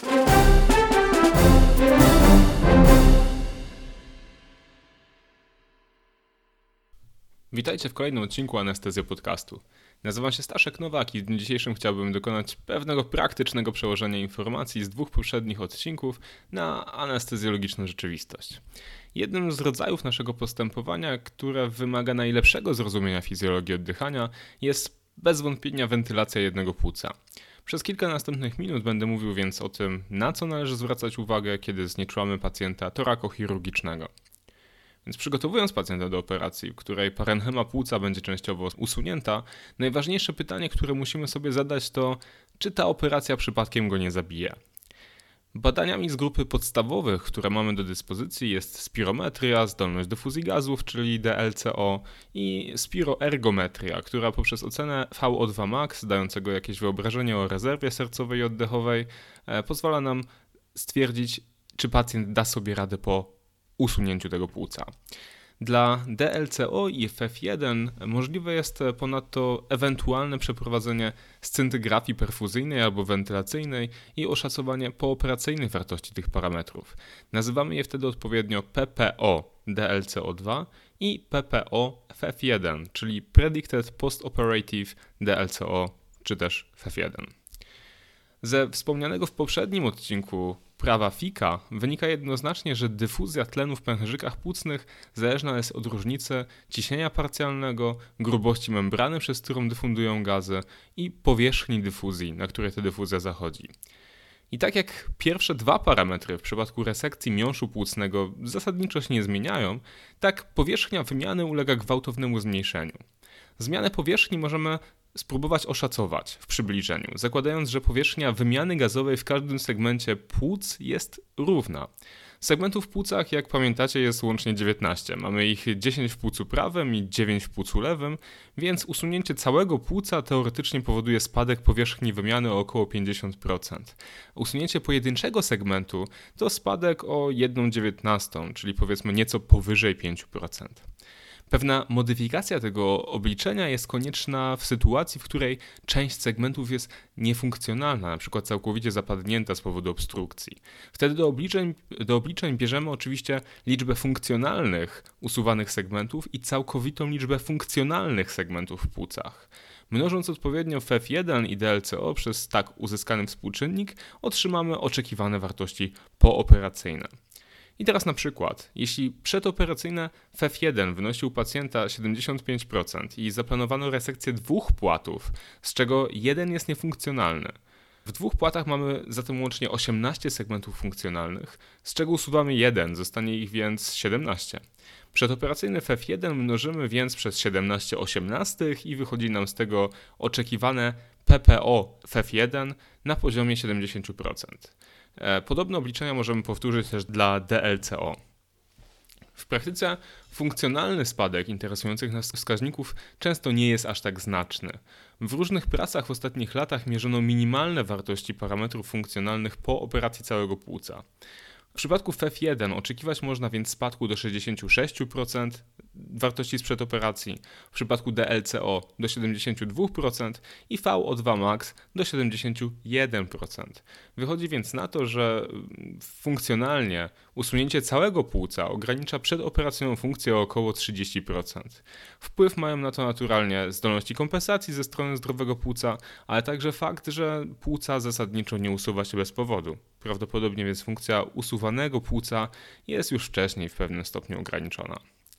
Witajcie w kolejnym odcinku Anestezja Podcastu. Nazywam się Staszek Nowak i w dniu dzisiejszym chciałbym dokonać pewnego praktycznego przełożenia informacji z dwóch poprzednich odcinków na anestezjologiczną rzeczywistość. Jednym z rodzajów naszego postępowania, które wymaga najlepszego zrozumienia fizjologii oddychania, jest bez wątpienia wentylacja jednego płuca. Przez kilka następnych minut będę mówił więc o tym, na co należy zwracać uwagę, kiedy znieczulamy pacjenta torakochirurgicznego. Więc przygotowując pacjenta do operacji, w której parenchema płuca będzie częściowo usunięta, najważniejsze pytanie, które musimy sobie zadać, to czy ta operacja przypadkiem go nie zabije. Badaniami z grupy podstawowych, które mamy do dyspozycji, jest spirometria, zdolność dyfuzji gazów, czyli DLCO, i spiroergometria, która poprzez ocenę VO2 max, dającego jakieś wyobrażenie o rezerwie sercowej i oddechowej, pozwala nam stwierdzić, czy pacjent da sobie radę po usunięciu tego płuca. Dla DLCO i FEV1 możliwe jest ponadto ewentualne przeprowadzenie scintygrafii perfuzyjnej albo wentylacyjnej i oszacowanie pooperacyjnej wartości tych parametrów. Nazywamy je wtedy odpowiednio PPO DLCO2 i PPO FEV1, czyli Predicted Postoperative DLCO czy też FEV1. Ze wspomnianego w poprzednim odcinku prawa Ficka wynika jednoznacznie, że dyfuzja tlenu w pęcherzykach płucnych zależna jest od różnicy ciśnienia parcjalnego, grubości membrany, przez którą dyfundują gazy i powierzchni dyfuzji, na której ta dyfuzja zachodzi. I tak jak pierwsze dwa parametry w przypadku resekcji miąższu płucnego zasadniczo się nie zmieniają, tak powierzchnia wymiany ulega gwałtownemu zmniejszeniu. Zmianę powierzchni możemy spróbować oszacować w przybliżeniu, zakładając, że powierzchnia wymiany gazowej w każdym segmencie płuc jest równa. Segmentów w płucach, jak pamiętacie, jest łącznie 19. Mamy ich 10 w płucu prawym i 9 w płucu lewym, więc usunięcie całego płuca teoretycznie powoduje spadek powierzchni wymiany o około 50%. Usunięcie pojedynczego segmentu to spadek o 1/19, czyli powiedzmy nieco powyżej 5%. Pewna modyfikacja tego obliczenia jest konieczna w sytuacji, w której część segmentów jest niefunkcjonalna, na przykład całkowicie zapadnięta z powodu obstrukcji. Wtedy do obliczeń bierzemy oczywiście liczbę funkcjonalnych usuwanych segmentów i całkowitą liczbę funkcjonalnych segmentów w płucach. Mnożąc odpowiednio FEV1 i DLCO przez tak uzyskany współczynnik, otrzymamy oczekiwane wartości pooperacyjne. I teraz na przykład, jeśli przedoperacyjne FEV1 wynosi u pacjenta 75% i zaplanowano resekcję dwóch płatów, z czego jeden jest niefunkcjonalny. W dwóch płatach mamy zatem łącznie 18 segmentów funkcjonalnych, z czego usuwamy jeden, zostanie ich więc 17. Przedoperacyjny FEV1 mnożymy więc przez 17/18 i wychodzi nam z tego oczekiwane PPO FEV1 na poziomie 70%. Podobne obliczenia możemy powtórzyć też dla DLCO. W praktyce funkcjonalny spadek interesujących nas wskaźników często nie jest aż tak znaczny. W różnych pracach w ostatnich latach mierzono minimalne wartości parametrów funkcjonalnych po operacji całego płuca. W przypadku FEV1 oczekiwać można więc spadku do 66% wartości sprzed operacji, w przypadku DLCO do 72% i VO2 max do 71%. Wychodzi więc na to, że funkcjonalnie usunięcie całego płuca ogranicza przedoperacyjną funkcję o około 30%. Wpływ mają na to naturalnie zdolności kompensacji ze strony zdrowego płuca, ale także fakt, że płuca zasadniczo nie usuwa się bez powodu. Prawdopodobnie więc funkcja usuwanego płuca jest już wcześniej w pewnym stopniu ograniczona.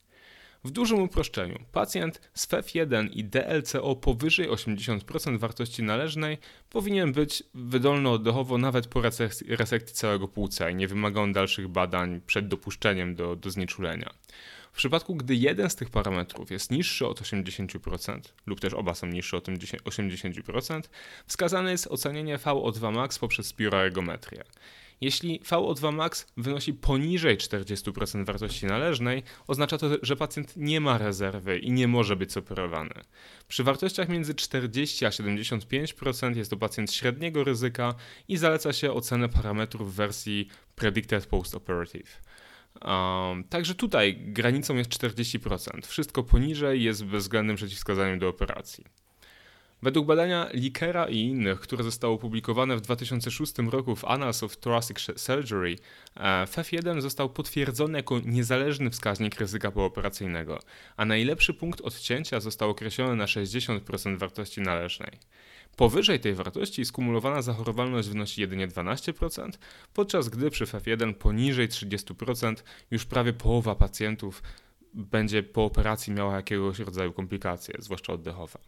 W dużym uproszczeniu, pacjent z FEV1 i DLCO powyżej 80% wartości należnej powinien być wydolny oddechowo nawet po resekcji całego płuca i nie wymaga on dalszych badań przed dopuszczeniem do znieczulenia. W przypadku, gdy jeden z tych parametrów jest niższy od 80% lub też oba są niższe od 80%, wskazane jest ocenienie VO2 max poprzez spiroergometrię. Jeśli VO2 max wynosi poniżej 40% wartości należnej, oznacza to, że pacjent nie ma rezerwy i nie może być operowany. Przy wartościach między 40 a 75% jest to pacjent średniego ryzyka i zaleca się ocenę parametrów w wersji Predicted Postoperative. Także tutaj granicą jest 40%. Wszystko poniżej jest bezwzględnym przeciwwskazaniem do operacji. Według badania Likera i innych, które zostało opublikowane w 2006 roku w Annals of Thoracic Surgery, FEV1 został potwierdzony jako niezależny wskaźnik ryzyka pooperacyjnego, a najlepszy punkt odcięcia został określony na 60% wartości należnej. Powyżej tej wartości skumulowana zachorowalność wynosi jedynie 12%, podczas gdy przy FEV1 poniżej 30% już prawie połowa pacjentów będzie po operacji miała jakiegoś rodzaju komplikacje, zwłaszcza oddechowe.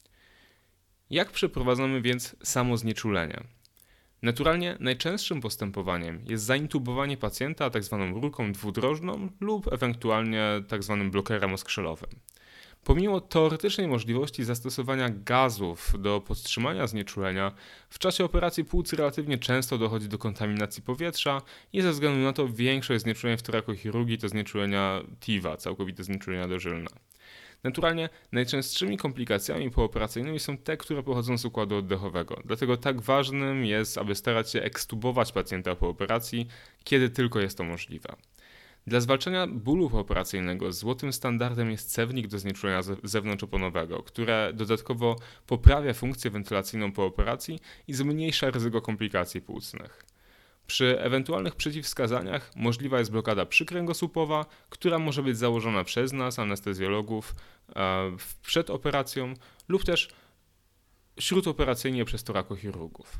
Jak przeprowadzamy więc samo znieczulenie? Naturalnie najczęstszym postępowaniem jest zaintubowanie pacjenta tzw. rurką dwudrożną lub ewentualnie tzw. blokerem oskrzelowym. Pomimo teoretycznej możliwości zastosowania gazów do podtrzymania znieczulenia, w czasie operacji płuc relatywnie często dochodzi do kontaminacji powietrza i ze względu na to większość znieczuleń w torakochirurgii to znieczulenia TIVA, całkowite znieczulenia dożylne. Naturalnie najczęstszymi komplikacjami pooperacyjnymi są te, które pochodzą z układu oddechowego. Dlatego tak ważnym jest, aby starać się ekstubować pacjenta po operacji, kiedy tylko jest to możliwe. Dla zwalczania bólu pooperacyjnego złotym standardem jest cewnik do znieczulenia zewnątrzoponowego, które dodatkowo poprawia funkcję wentylacyjną po operacji i zmniejsza ryzyko komplikacji płucnych. Przy ewentualnych przeciwwskazaniach możliwa jest blokada przykręgosłupowa, która może być założona przez nas, anestezjologów, przed operacją lub też śródoperacyjnie przez torakochirurgów.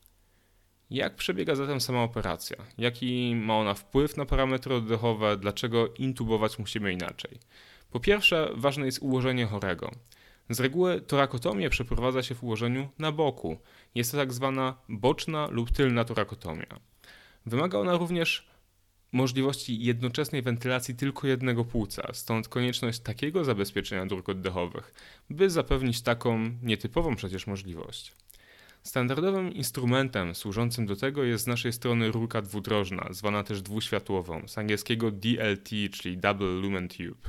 Jak przebiega zatem sama operacja? Jaki ma ona wpływ na parametry oddechowe? Dlaczego intubować musimy inaczej? Po pierwsze, ważne jest ułożenie chorego. Z reguły torakotomię przeprowadza się w ułożeniu na boku. Jest to tak zwana boczna lub tylna torakotomia. Wymaga ona również możliwości jednoczesnej wentylacji tylko jednego płuca, stąd konieczność takiego zabezpieczenia dróg oddechowych, by zapewnić taką nietypową przecież możliwość. Standardowym instrumentem służącym do tego jest z naszej strony rurka dwudrożna, zwana też dwuświatłową, z angielskiego DLT, czyli Double Lumen Tube.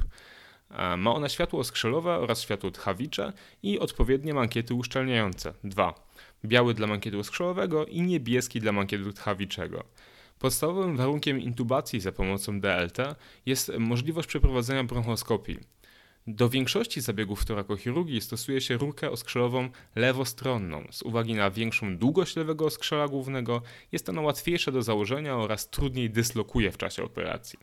Ma ona światło oskrzelowe oraz światło tchawicze i odpowiednie mankiety uszczelniające. 2. Biały dla mankietu oskrzelowego i niebieski dla mankietu tchawiczego. Podstawowym warunkiem intubacji za pomocą DLT jest możliwość przeprowadzenia bronchoskopii. Do większości zabiegów torakochirurgii stosuje się rurkę oskrzelową lewostronną. Z uwagi na większą długość lewego oskrzela głównego jest ona łatwiejsza do założenia oraz trudniej dyslokuje w czasie operacji.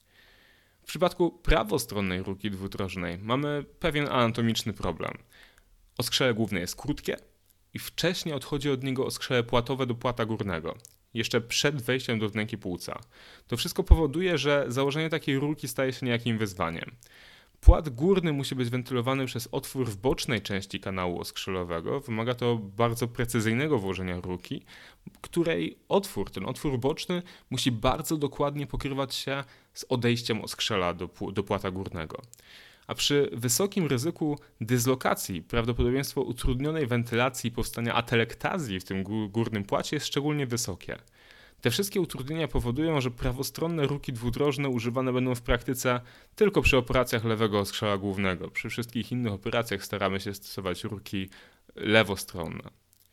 W przypadku prawostronnej rurki dwudrożnej mamy pewien anatomiczny problem. Oskrzele główne jest krótkie i wcześniej odchodzi od niego oskrzele płatowe do płata górnego, jeszcze przed wejściem do wnęki płuca. To wszystko powoduje, że założenie takiej rurki staje się niejakim wyzwaniem. Płat górny musi być wentylowany przez otwór w bocznej części kanału oskrzelowego. Wymaga to bardzo precyzyjnego włożenia rurki, której ten otwór boczny musi bardzo dokładnie pokrywać się z odejściem oskrzela do płata górnego. A przy wysokim ryzyku dyslokacji prawdopodobieństwo utrudnionej wentylacji i powstania atelektazji w tym górnym płacie jest szczególnie wysokie. Te wszystkie utrudnienia powodują, że prawostronne rurki dwudrożne używane będą w praktyce tylko przy operacjach lewego oskrzela głównego. Przy wszystkich innych operacjach staramy się stosować rurki lewostronne.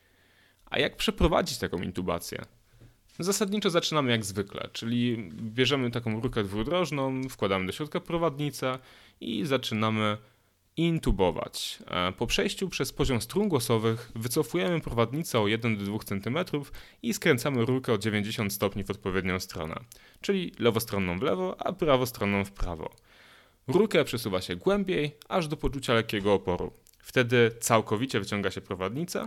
A jak przeprowadzić taką intubację? Zasadniczo zaczynamy jak zwykle, czyli bierzemy taką rurkę dwudrożną, wkładamy do środka prowadnicę i zaczynamy intubować. Po przejściu przez poziom strun głosowych wycofujemy prowadnicę o 1 do 2 cm i skręcamy rurkę o 90 stopni w odpowiednią stronę, czyli lewostronną w lewo, a prawostronną w prawo. Rurkę przesuwa się głębiej, aż do poczucia lekkiego oporu. Wtedy całkowicie wyciąga się prowadnica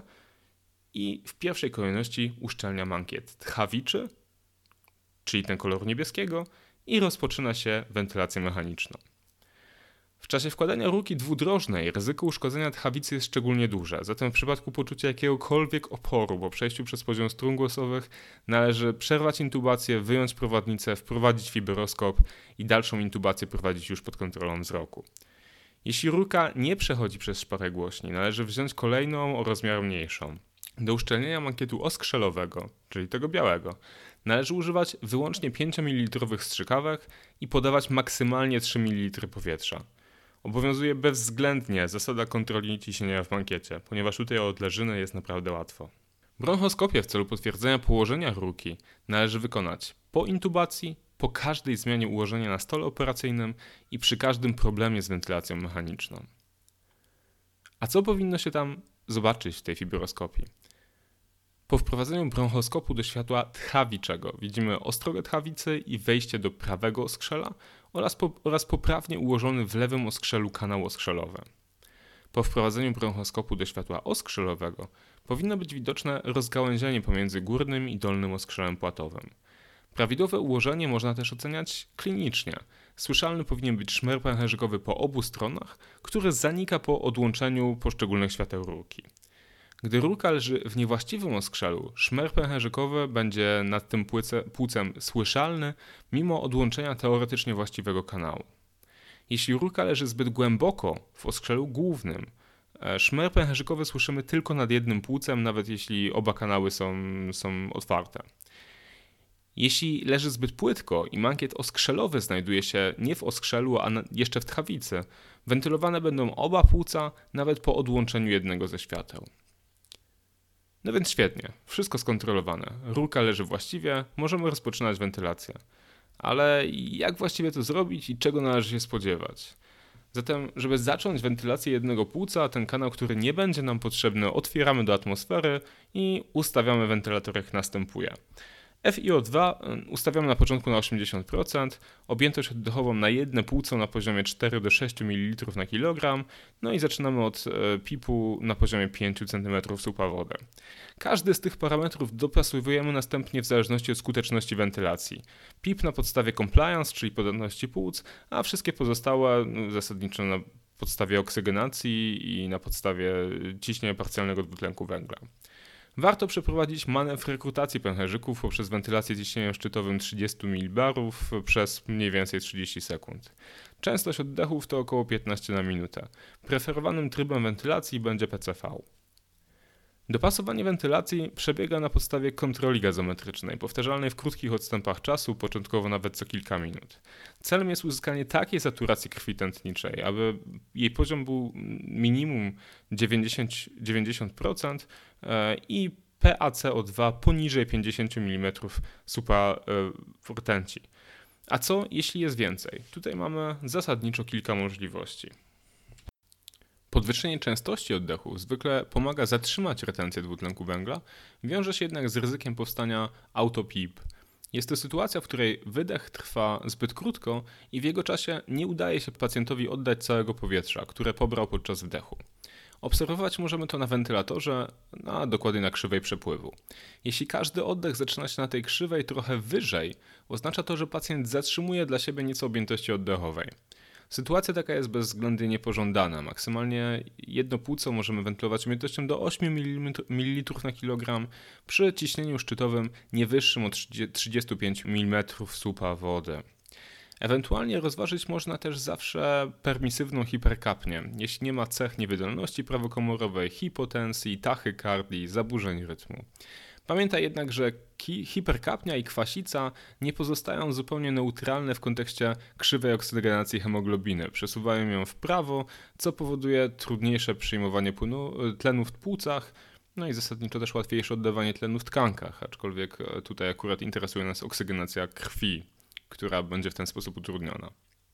i w pierwszej kolejności uszczelnia mankiet tchawiczy, czyli ten koloru niebieskiego, i rozpoczyna się wentylację mechaniczną. W czasie wkładania rurki dwudrożnej ryzyko uszkodzenia tchawicy jest szczególnie duże, zatem w przypadku poczucia jakiegokolwiek oporu po przejściu przez poziom strun głosowych należy przerwać intubację, wyjąć prowadnicę, wprowadzić fibroskop i dalszą intubację prowadzić już pod kontrolą wzroku. Jeśli rurka nie przechodzi przez szparę głośni, należy wziąć kolejną o rozmiar mniejszą. Do uszczelnienia mankietu oskrzelowego, czyli tego białego, należy używać wyłącznie 5 ml strzykawek i podawać maksymalnie 3 ml powietrza. Obowiązuje bezwzględnie zasada kontroli ciśnienia w mankiecie, ponieważ tutaj o odleżyny jest naprawdę łatwo. Bronchoskopię w celu potwierdzenia położenia rurki należy wykonać po intubacji, po każdej zmianie ułożenia na stole operacyjnym i przy każdym problemie z wentylacją mechaniczną. A co powinno się tam zobaczyć w tej fibroskopii? Po wprowadzeniu bronchoskopu do światła tchawiczego widzimy ostrogę tchawicy i wejście do prawego oskrzela oraz poprawnie ułożony w lewym oskrzelu kanał oskrzelowy. Po wprowadzeniu bronchoskopu do światła oskrzelowego powinno być widoczne rozgałęzienie pomiędzy górnym i dolnym oskrzelem płatowym. Prawidłowe ułożenie można też oceniać klinicznie. Słyszalny powinien być szmer pęcherzykowy po obu stronach, który zanika po odłączeniu poszczególnych świateł rurki. Gdy rurka leży w niewłaściwym oskrzelu, szmer pęcherzykowy będzie nad tym płucem słyszalny mimo odłączenia teoretycznie właściwego kanału. Jeśli rurka leży zbyt głęboko w oskrzelu głównym, szmer pęcherzykowy słyszymy tylko nad jednym płucem, nawet jeśli oba kanały są otwarte. Jeśli leży zbyt płytko i mankiet oskrzelowy znajduje się nie w oskrzelu, a jeszcze w tchawicy, wentylowane będą oba płuca nawet po odłączeniu jednego ze świateł. No więc świetnie, wszystko skontrolowane, rurka leży właściwie, możemy rozpoczynać wentylację. Ale jak właściwie to zrobić i czego należy się spodziewać? Zatem, żeby zacząć wentylację jednego płuca, ten kanał, który nie będzie nam potrzebny, otwieramy do atmosfery i ustawiamy wentylator jak następuje. FiO2 ustawiamy na początku na 80%, objętość oddechową na jedne płuco na poziomie 4 do 6 ml na kilogram, no i zaczynamy od PIP-u na poziomie 5 cm supa wody. Każdy z tych parametrów dopasowujemy następnie w zależności od skuteczności wentylacji. PIP na podstawie compliance, czyli podatności płuc, a wszystkie pozostałe zasadniczo na podstawie oksygenacji i na podstawie ciśnienia parcjalnego dwutlenku węgla. Warto przeprowadzić manewr rekrutacji pęcherzyków poprzez wentylację ciśnieniem szczytowym 30 mbar przez mniej więcej 30 sekund. Częstość oddechów to około 15 na minutę. Preferowanym trybem wentylacji będzie PCV. Dopasowanie wentylacji przebiega na podstawie kontroli gazometrycznej, powtarzalnej w krótkich odstępach czasu, początkowo nawet co kilka minut. Celem jest uzyskanie takiej saturacji krwi tętniczej, aby jej poziom był minimum 90% i PaCO2 poniżej 50 mm supa rtęci. A co jeśli jest więcej? Tutaj mamy zasadniczo kilka możliwości. Podwyższenie częstości oddechu zwykle pomaga zatrzymać retencję dwutlenku węgla, wiąże się jednak z ryzykiem powstania autopip. Jest to sytuacja, w której wydech trwa zbyt krótko i w jego czasie nie udaje się pacjentowi oddać całego powietrza, które pobrał podczas wdechu. Obserwować możemy to na wentylatorze, a dokładnie na krzywej przepływu. Jeśli każdy oddech zaczyna się na tej krzywej trochę wyżej, oznacza to, że pacjent zatrzymuje dla siebie nieco objętości oddechowej. Sytuacja taka jest bezwzględnie niepożądana. Maksymalnie jedno płuco możemy wentylować objętością do 8 ml na kilogram przy ciśnieniu szczytowym nie wyższym od 35 mm supa wody. Ewentualnie rozważyć można też zawsze permisywną hiperkapnię, jeśli nie ma cech niewydolności prawokomorowej, hipotensji, tachykardii, zaburzeń rytmu. Pamiętaj jednak, że hiperkapnia i kwasica nie pozostają zupełnie neutralne w kontekście krzywej oksygenacji hemoglobiny. Przesuwają ją w prawo, co powoduje trudniejsze przyjmowanie tlenu w płucach, no i zasadniczo też łatwiejsze oddawanie tlenu w tkankach, aczkolwiek tutaj akurat interesuje nas oksygenacja krwi, która będzie w ten sposób utrudniona.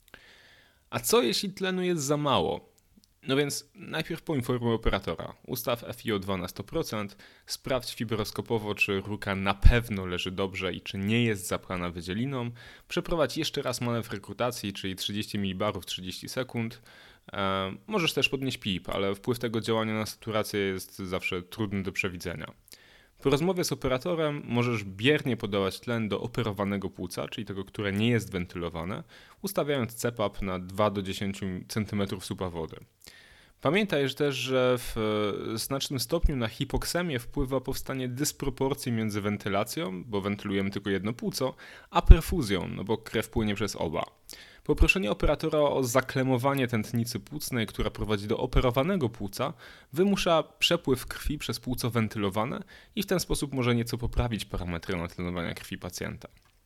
A co jeśli tlenu jest za mało? No więc najpierw poinformuj operatora, ustaw FiO2 na 100%, sprawdź fibroskopowo, czy rurka na pewno leży dobrze i czy nie jest zapchana wydzieliną, przeprowadź jeszcze raz manewr rekrutacji, czyli 30 mbar 30 sekund. Możesz też podnieść PIP, ale wpływ tego działania na saturację jest zawsze trudny do przewidzenia. Po rozmowie z operatorem możesz biernie podawać tlen do operowanego płuca, czyli tego, które nie jest wentylowane, ustawiając CPAP na 2 do 10 cm supa wody. Pamiętaj też, że w znacznym stopniu na hipoksemię wpływa powstanie dysproporcji między wentylacją, bo wentylujemy tylko jedno płuco, a perfuzją, no bo krew płynie przez oba. Poproszenie operatora o zaklemowanie tętnicy płucnej, która prowadzi do operowanego płuca, wymusza przepływ krwi przez płuco wentylowane i w ten sposób może nieco poprawić parametry natlenowania krwi pacjenta.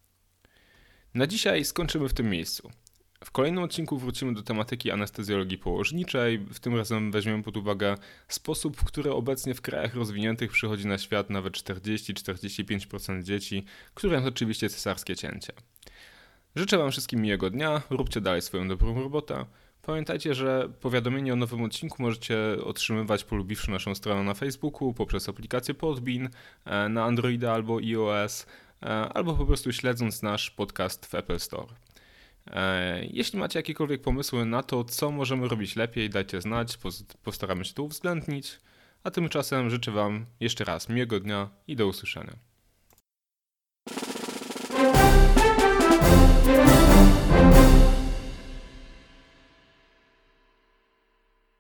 Na dzisiaj skończymy w tym miejscu. W kolejnym odcinku wrócimy do tematyki anestezjologii położniczej. W tym razem weźmiemy pod uwagę sposób, w który obecnie w krajach rozwiniętych przychodzi na świat nawet 40-45% dzieci, które jest oczywiście cesarskie cięcie. Życzę Wam wszystkim miłego dnia, róbcie dalej swoją dobrą robotę. Pamiętajcie, że powiadomienie o nowym odcinku możecie otrzymywać polubiwszy naszą stronę na Facebooku, poprzez aplikację Podbean na Androida albo iOS, albo po prostu śledząc nasz podcast w Apple Store. Jeśli macie jakiekolwiek pomysły na to, co możemy robić lepiej, dajcie znać, postaramy się to uwzględnić. A tymczasem życzę Wam jeszcze raz miłego dnia i do usłyszenia.